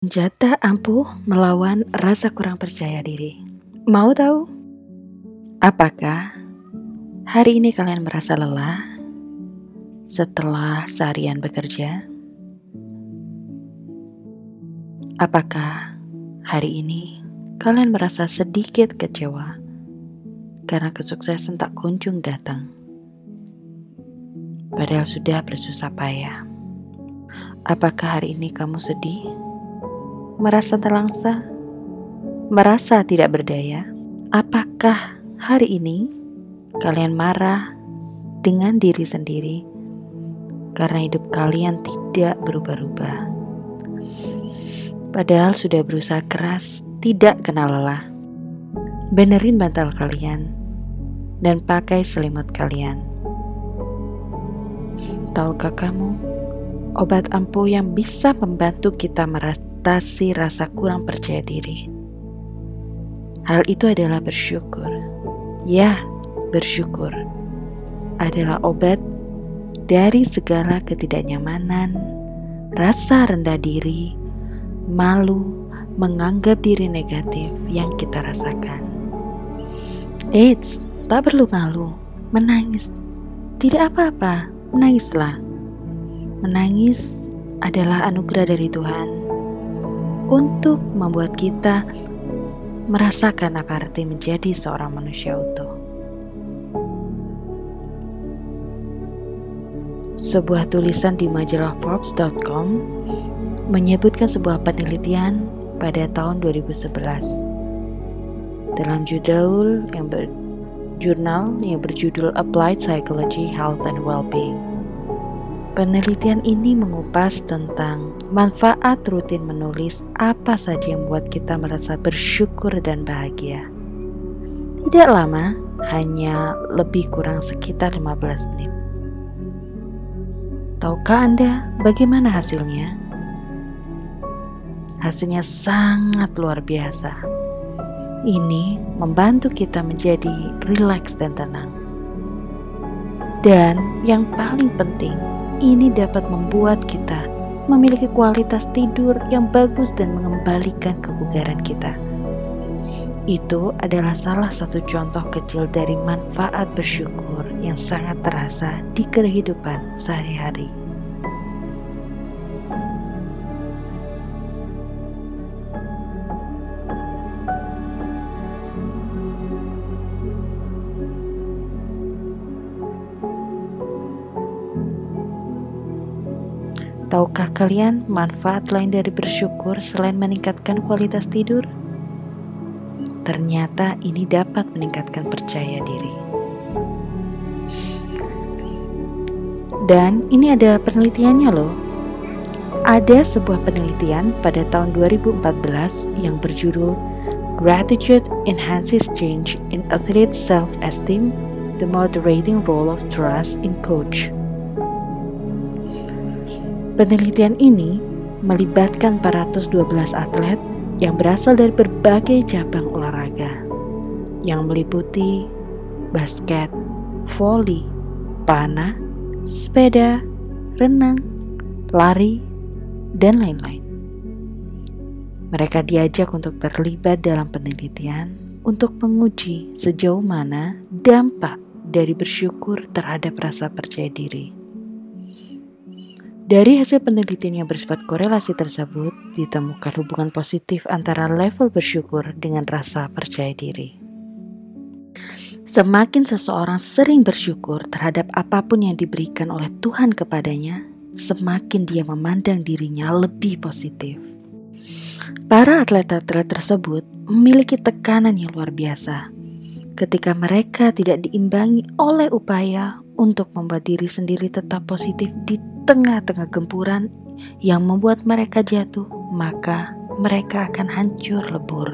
Senjata ampuh melawan rasa kurang percaya diri. Mau tahu? Apakah hari ini kalian merasa lelah setelah seharian bekerja? Apakah hari ini kalian merasa sedikit kecewa karena kesuksesan tak kunjung datang? Padahal sudah bersusah payah. Apakah hari ini kamu sedih? Merasa terlangsa? Merasa tidak berdaya? Apakah hari ini kalian marah dengan diri sendiri karena hidup kalian tidak berubah-ubah? Padahal sudah berusaha keras, tidak kenal lelah. Benerin bantal kalian dan pakai selimut kalian. Tahukah kamu, obat ampuh yang bisa membantu kita mengatasi rasa kurang percaya diri? Hal itu adalah bersyukur. Ya, bersyukur adalah obat dari segala ketidaknyamanan, rasa rendah diri, malu, menganggap diri negatif yang kita rasakan. Eits, tak perlu malu, menangis. Tidak apa-apa, menangislah. Menangis adalah anugerah dari Tuhan untuk membuat kita merasakan apa arti menjadi seorang manusia utuh. Sebuah tulisan di majalah Forbes.com menyebutkan sebuah penelitian pada tahun 2011 dalam jurnal yang berjudul Applied Psychology, Health and Wellbeing. Penelitian ini mengupas tentang manfaat rutin menulis apa saja yang membuat kita merasa bersyukur dan bahagia. Tidak lama, hanya lebih kurang sekitar 15 menit. Tahukah Anda bagaimana hasilnya? Hasilnya sangat luar biasa. Ini membantu kita menjadi rileks dan tenang. Dan yang paling penting, ini dapat membuat kita memiliki kualitas tidur yang bagus dan mengembalikan kebugaran kita. Itu adalah salah satu contoh kecil dari manfaat bersyukur yang sangat terasa di kehidupan sehari-hari. Tahukah kalian manfaat lain dari bersyukur selain meningkatkan kualitas tidur? Ternyata ini dapat meningkatkan percaya diri. Dan ini ada penelitiannya loh. Ada sebuah penelitian pada tahun 2014 yang berjudul Gratitude Enhances Change in Athletes' Self-Esteem, the Moderating Role of Trust in Coach. Penelitian ini melibatkan 412 atlet yang berasal dari berbagai cabang olahraga yang meliputi basket, voli, panah, sepeda, renang, lari, dan lain-lain. Mereka diajak untuk terlibat dalam penelitian untuk menguji sejauh mana dampak dari bersyukur terhadap rasa percaya diri. Dari hasil penelitian yang bersifat korelasi tersebut, ditemukan hubungan positif antara level bersyukur dengan rasa percaya diri. Semakin seseorang sering bersyukur terhadap apapun yang diberikan oleh Tuhan kepadanya, semakin dia memandang dirinya lebih positif. Para atlet-atlet tersebut memiliki tekanan yang luar biasa ketika mereka tidak diimbangi oleh upaya untuk membuat diri sendiri tetap positif di tengah-tengah gempuran yang membuat mereka jatuh, maka mereka akan hancur lebur.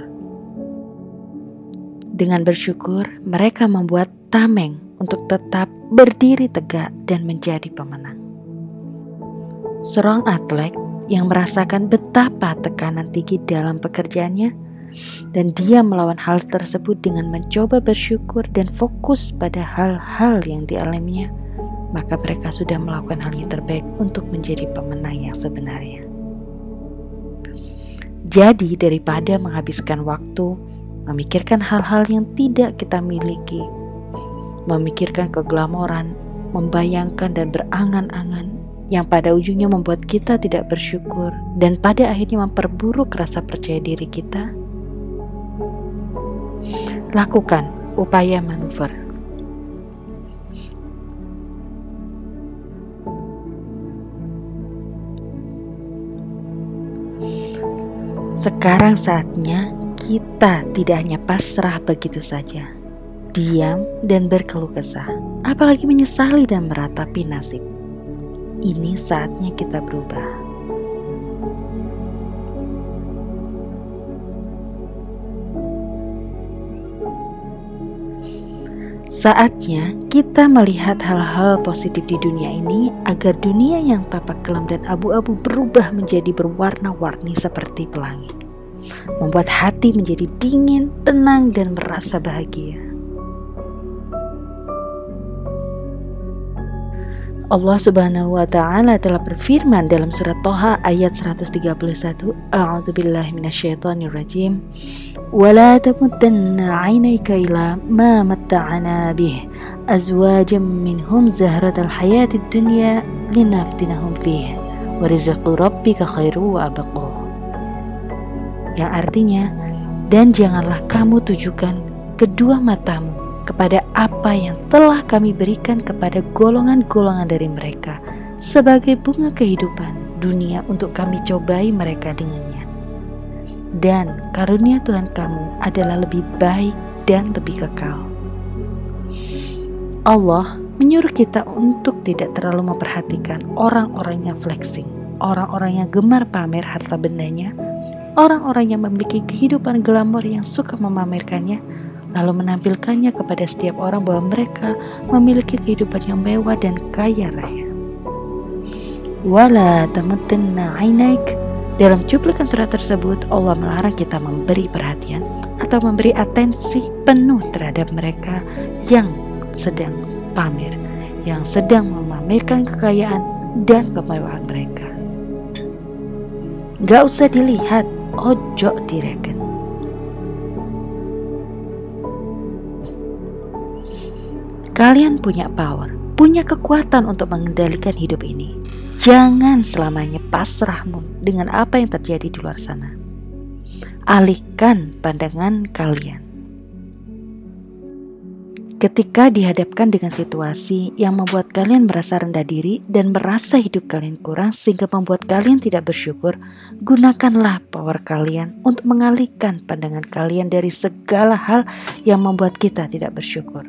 Dengan bersyukur, mereka membuat tameng untuk tetap berdiri tegak dan menjadi pemenang. Seorang atlet yang merasakan betapa tekanan tinggi dalam pekerjaannya, dan dia melawan hal tersebut dengan mencoba bersyukur dan fokus pada hal-hal yang dialaminya, maka mereka sudah melakukan hal yang terbaik untuk menjadi pemenang yang sebenarnya. Jadi daripada menghabiskan waktu memikirkan hal-hal yang tidak kita miliki, memikirkan keglamoran, membayangkan dan berangan-angan yang pada ujungnya membuat kita tidak bersyukur dan pada akhirnya memperburuk rasa percaya diri kita, lakukan upaya manuver. Sekarang saatnya kita tidak hanya pasrah begitu saja, diam dan berkeluh kesah, apalagi menyesali dan meratapi nasib. Ini saatnya kita berubah. Saatnya kita melihat hal-hal positif di dunia ini agar dunia yang tampak kelam dan abu-abu berubah menjadi berwarna-warni seperti pelangi, membuat hati menjadi dingin, tenang, dan merasa bahagia. Allah Subhanahu wa Ta'ala telah berfirman dalam surat Toha ayat 131, A'udzubillahi minasyaitonirrajim, وَلَا تَمُدَّنَّ عَيْنَيْكَ إِلَى مَا مَتَّعْنَا بِهِ أَزْوَاجًا مِّنْهُمْ زَهْرَةَ الْحَيَاةِ الدُّنْيَا لِنَفْتِنَهُمْ فِيهِ وَرِزْقُ رَبِّكَ خَيْرٌ وَأَبْقَىٰ. Yang artinya, dan janganlah kamu tujukan kedua matamu kepada apa yang telah kami berikan kepada golongan-golongan dari mereka sebagai bunga kehidupan dunia untuk kami cobai mereka dengannya. Dan karunia Tuhan kamu adalah lebih baik dan lebih kekal. Allah menyuruh kita untuk tidak terlalu memperhatikan orang-orang yang flexing, orang-orang yang gemar pamer harta bendanya, orang-orang yang memiliki kehidupan glamor yang suka memamerkannya, lalu menampilkannya kepada setiap orang bahwa mereka memiliki kehidupan yang mewah dan kaya raya. Wala tamuddanna 'ainaik. Dalam cuplikan surat tersebut, Allah melarang kita memberi perhatian atau memberi atensi penuh terhadap mereka yang sedang pamer, yang sedang memamerkan kekayaan dan kemewahan mereka. Gak usah dilihat, ojo direken. Kalian punya power, punya kekuatan untuk mengendalikan hidup ini. Jangan selamanya pasrahmu dengan apa yang terjadi di luar sana. Alihkan pandangan kalian. Ketika dihadapkan dengan situasi yang membuat kalian merasa rendah diri dan merasa hidup kalian kurang sehingga membuat kalian tidak bersyukur, gunakanlah power kalian untuk mengalihkan pandangan kalian dari segala hal yang membuat kita tidak bersyukur.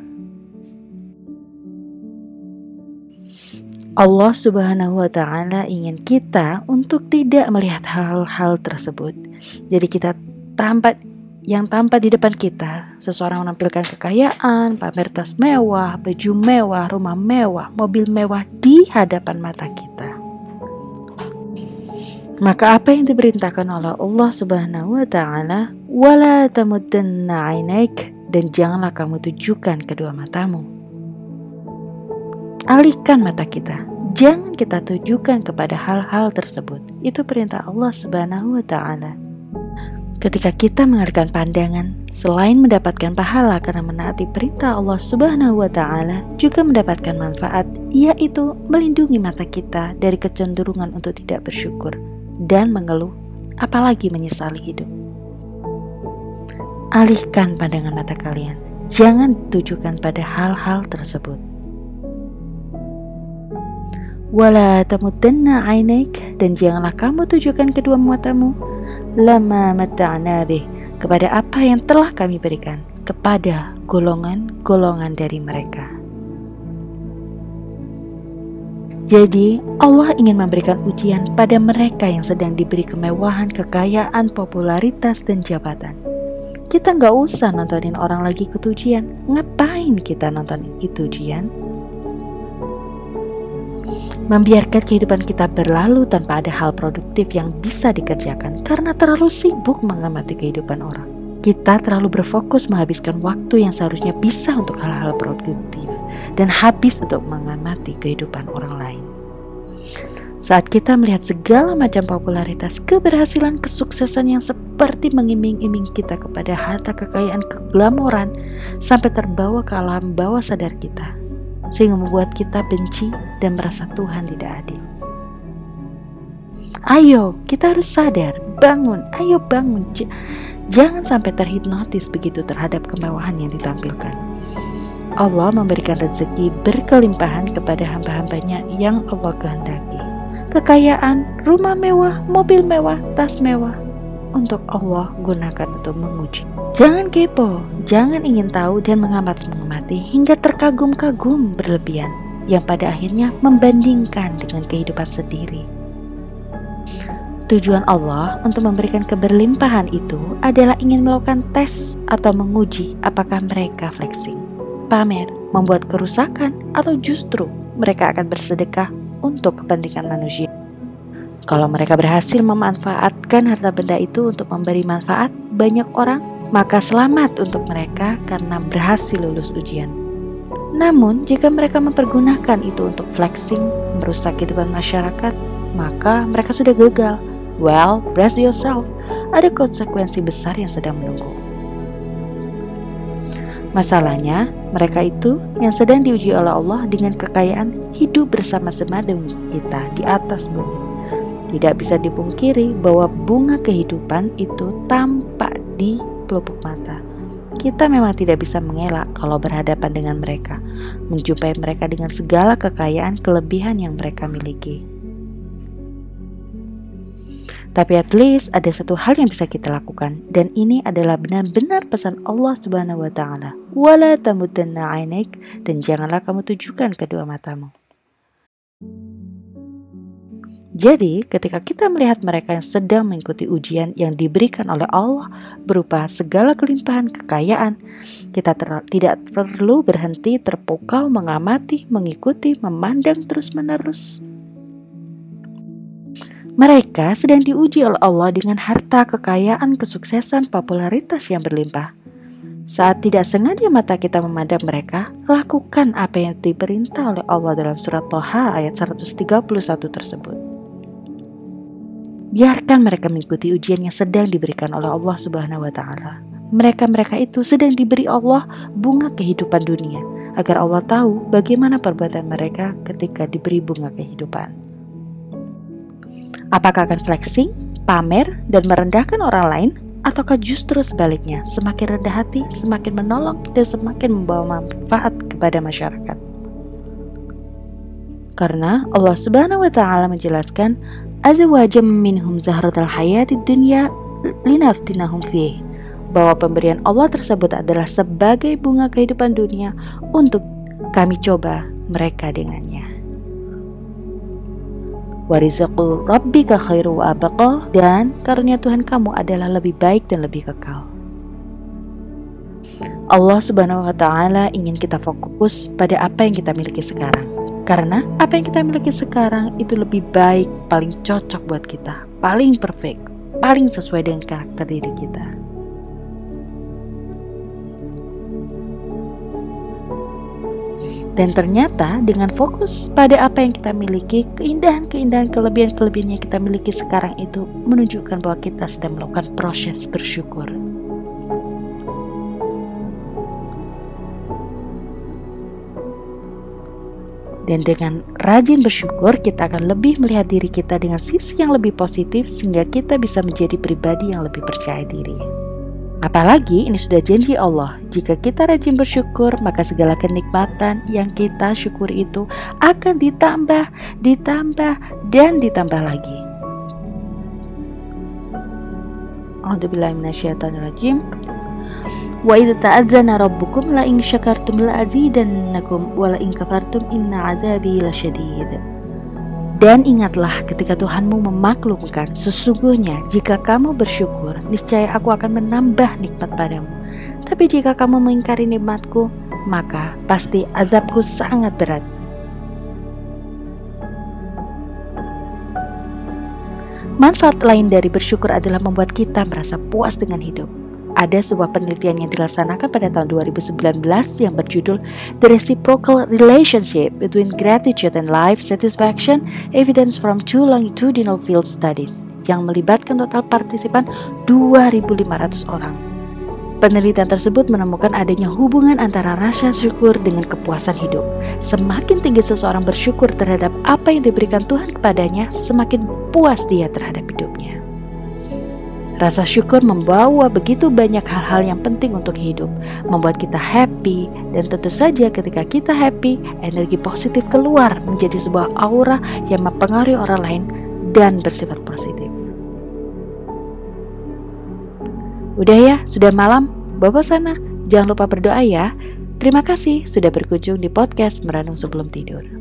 Allah Subhanahu wa Ta'ala ingin kita untuk tidak melihat hal-hal tersebut. Jadi kita tampak di depan kita, seseorang menampilkan kekayaan, pamer tas mewah, baju mewah, rumah mewah, mobil mewah di hadapan mata kita. Maka apa yang diperintahkan oleh Allah Subhanahu wa Ta'ala, wala tamuddanna 'ainaik, dan janganlah kamu tujukan kedua matamu. Alihkan mata kita, jangan kita tujukan kepada hal-hal tersebut. Itu perintah Allah Subhanahu wa Ta'ala. Ketika kita mengalihkan pandangan, selain mendapatkan pahala karena menaati perintah Allah Subhanahu wa Ta'ala, juga mendapatkan manfaat, yaitu melindungi mata kita dari kecenderungan untuk tidak bersyukur dan mengeluh, apalagi menyesali hidup. Alihkan pandangan mata kalian, jangan tujukan pada hal-hal tersebut. Wala tamuddanna 'ainaik, dan janganlah kamu tujukan kedua matamu lama matta'na bih, kepada apa yang telah kami berikan kepada golongan-golongan dari mereka. Jadi Allah ingin memberikan ujian pada mereka yang sedang diberi kemewahan, kekayaan, popularitas, dan jabatan. Kita gak usah nontonin orang lagi ikut ujian. Ngapain kita nontonin itu ujian? Membiarkan kehidupan kita berlalu tanpa ada hal produktif yang bisa dikerjakan karena terlalu sibuk mengamati kehidupan orang. Kita terlalu berfokus menghabiskan waktu yang seharusnya bisa untuk hal-hal produktif dan habis untuk mengamati kehidupan orang lain. Saat kita melihat segala macam popularitas, keberhasilan, kesuksesan yang seperti mengiming-iming kita kepada harta kekayaan, keglamoran, sampai terbawa ke alam bawah sadar kita, sehingga membuat kita benci dan merasa Tuhan tidak adil. Ayo, kita harus sadar, bangun, ayo bangun. Jangan sampai terhipnotis begitu terhadap kemewahan yang ditampilkan. Allah memberikan rezeki berkelimpahan kepada hamba-hambanya yang Allah kehendaki. Kekayaan, rumah mewah, mobil mewah, tas mewah, untuk Allah gunakan untuk menguji. Jangan kepo, jangan ingin tahu dan mengamati hingga terkagum-kagum berlebihan, yang pada akhirnya membandingkan dengan kehidupan sendiri. Tujuan Allah untuk memberikan keberlimpahan itu adalah ingin melakukan tes atau menguji apakah mereka flexing, pamer, membuat kerusakan, atau justru mereka akan bersedekah untuk kepentingan manusia. Kalau mereka berhasil memanfaatkan harta benda itu untuk memberi manfaat banyak orang, maka selamat untuk mereka karena berhasil lulus ujian. Namun, jika mereka mempergunakan itu untuk flexing, merusak kehidupan masyarakat, maka mereka sudah gagal. Well, brace yourself. Ada konsekuensi besar yang sedang menunggu. Masalahnya, mereka itu yang sedang diuji oleh Allah dengan kekayaan hidup bersama-sama dengan kita di atas bumi. Tidak bisa dipungkiri bahwa bunga kehidupan itu tampak di pelupuk mata. Kita memang tidak bisa mengelak kalau berhadapan dengan mereka, menjumpai mereka dengan segala kekayaan kelebihan yang mereka miliki. Tapi at least ada satu hal yang bisa kita lakukan, dan ini adalah benar-benar pesan Allah Subhanahu wa taala. Wala tamuddanna 'ainak, dan janganlah kamu tujukan kedua matamu. Jadi, ketika kita melihat mereka yang sedang mengikuti ujian yang diberikan oleh Allah berupa segala kelimpahan kekayaan, kita tidak perlu berhenti terpukau mengamati, mengikuti, memandang terus-menerus. Mereka sedang diuji oleh Allah dengan harta, kekayaan, kesuksesan, popularitas yang berlimpah. Saat tidak sengaja mata kita memandang mereka, lakukan apa yang diperintah oleh Allah dalam surat Thaha ayat 131 tersebut. Biarkan mereka mengikuti ujian yang sedang diberikan oleh Allah Subhanahu wa taala. Mereka itu sedang diberi Allah bunga kehidupan dunia, agar Allah tahu bagaimana perbuatan mereka ketika diberi bunga kehidupan. Apakah akan flexing, pamer, dan merendahkan orang lain? Ataukah justru sebaliknya, semakin rendah hati, semakin menolong, dan semakin membawa manfaat kepada masyarakat? Karena Allah Subhanahu wa taala menjelaskan, azwajam minhum zahratal hayatid dunya linaftinahum fih, bahwa pemberian Allah tersebut adalah sebagai bunga kehidupan dunia untuk kami coba mereka dengannya. Warizqu rabbika khairu wa abqa, dan karunia Tuhan kamu adalah lebih baik dan lebih kekal. Allah Subhanahu wa taala ingin kita fokus pada apa yang kita miliki sekarang. Karena apa yang kita miliki sekarang itu lebih baik, paling cocok buat kita, paling perfect, paling sesuai dengan karakter diri kita. Dan ternyata dengan fokus pada apa yang kita miliki, keindahan-keindahan, kelebihan-kelebihan yang kita miliki sekarang itu menunjukkan bahwa kita sedang melakukan proses bersyukur. Dan dengan rajin bersyukur, kita akan lebih melihat diri kita dengan sisi yang lebih positif, sehingga kita bisa menjadi pribadi yang lebih percaya diri. Apalagi ini sudah janji Allah, jika kita rajin bersyukur, maka segala kenikmatan yang kita syukuri itu akan ditambah, dan ditambah lagi. A'udzubillahi minasyaitonirrajim. Wa idza ta'adzana rabbukum la in syakartum la azidannakum wa la in kafartum inna 'adzabi lasyadid. Dan ingatlah ketika Tuhanmu memaklumkan, sesungguhnya jika kamu bersyukur, niscaya aku akan menambah nikmat padamu. Tapi jika kamu mengingkari nikmatku, maka pasti azabku sangat berat. Manfaat lain dari bersyukur adalah membuat kita merasa puas dengan hidup. Ada sebuah penelitian yang dilaksanakan pada tahun 2019 yang berjudul The Reciprocal Relationship Between Gratitude and Life Satisfaction, Evidence from Two Longitudinal Field Studies, yang melibatkan total partisipan 2.500 orang. Penelitian tersebut menemukan adanya hubungan antara rasa syukur dengan kepuasan hidup. Semakin tinggi seseorang bersyukur terhadap apa yang diberikan Tuhan kepadanya, semakin puas dia terhadap hidupnya. Rasa syukur membawa begitu banyak hal-hal yang penting untuk hidup, membuat kita happy, dan tentu saja ketika kita happy, energi positif keluar menjadi sebuah aura yang mempengaruhi orang lain dan bersifat positif. Udah ya, sudah malam, bawa sana, jangan lupa berdoa ya. Terima kasih sudah berkunjung di podcast Merenung Sebelum Tidur.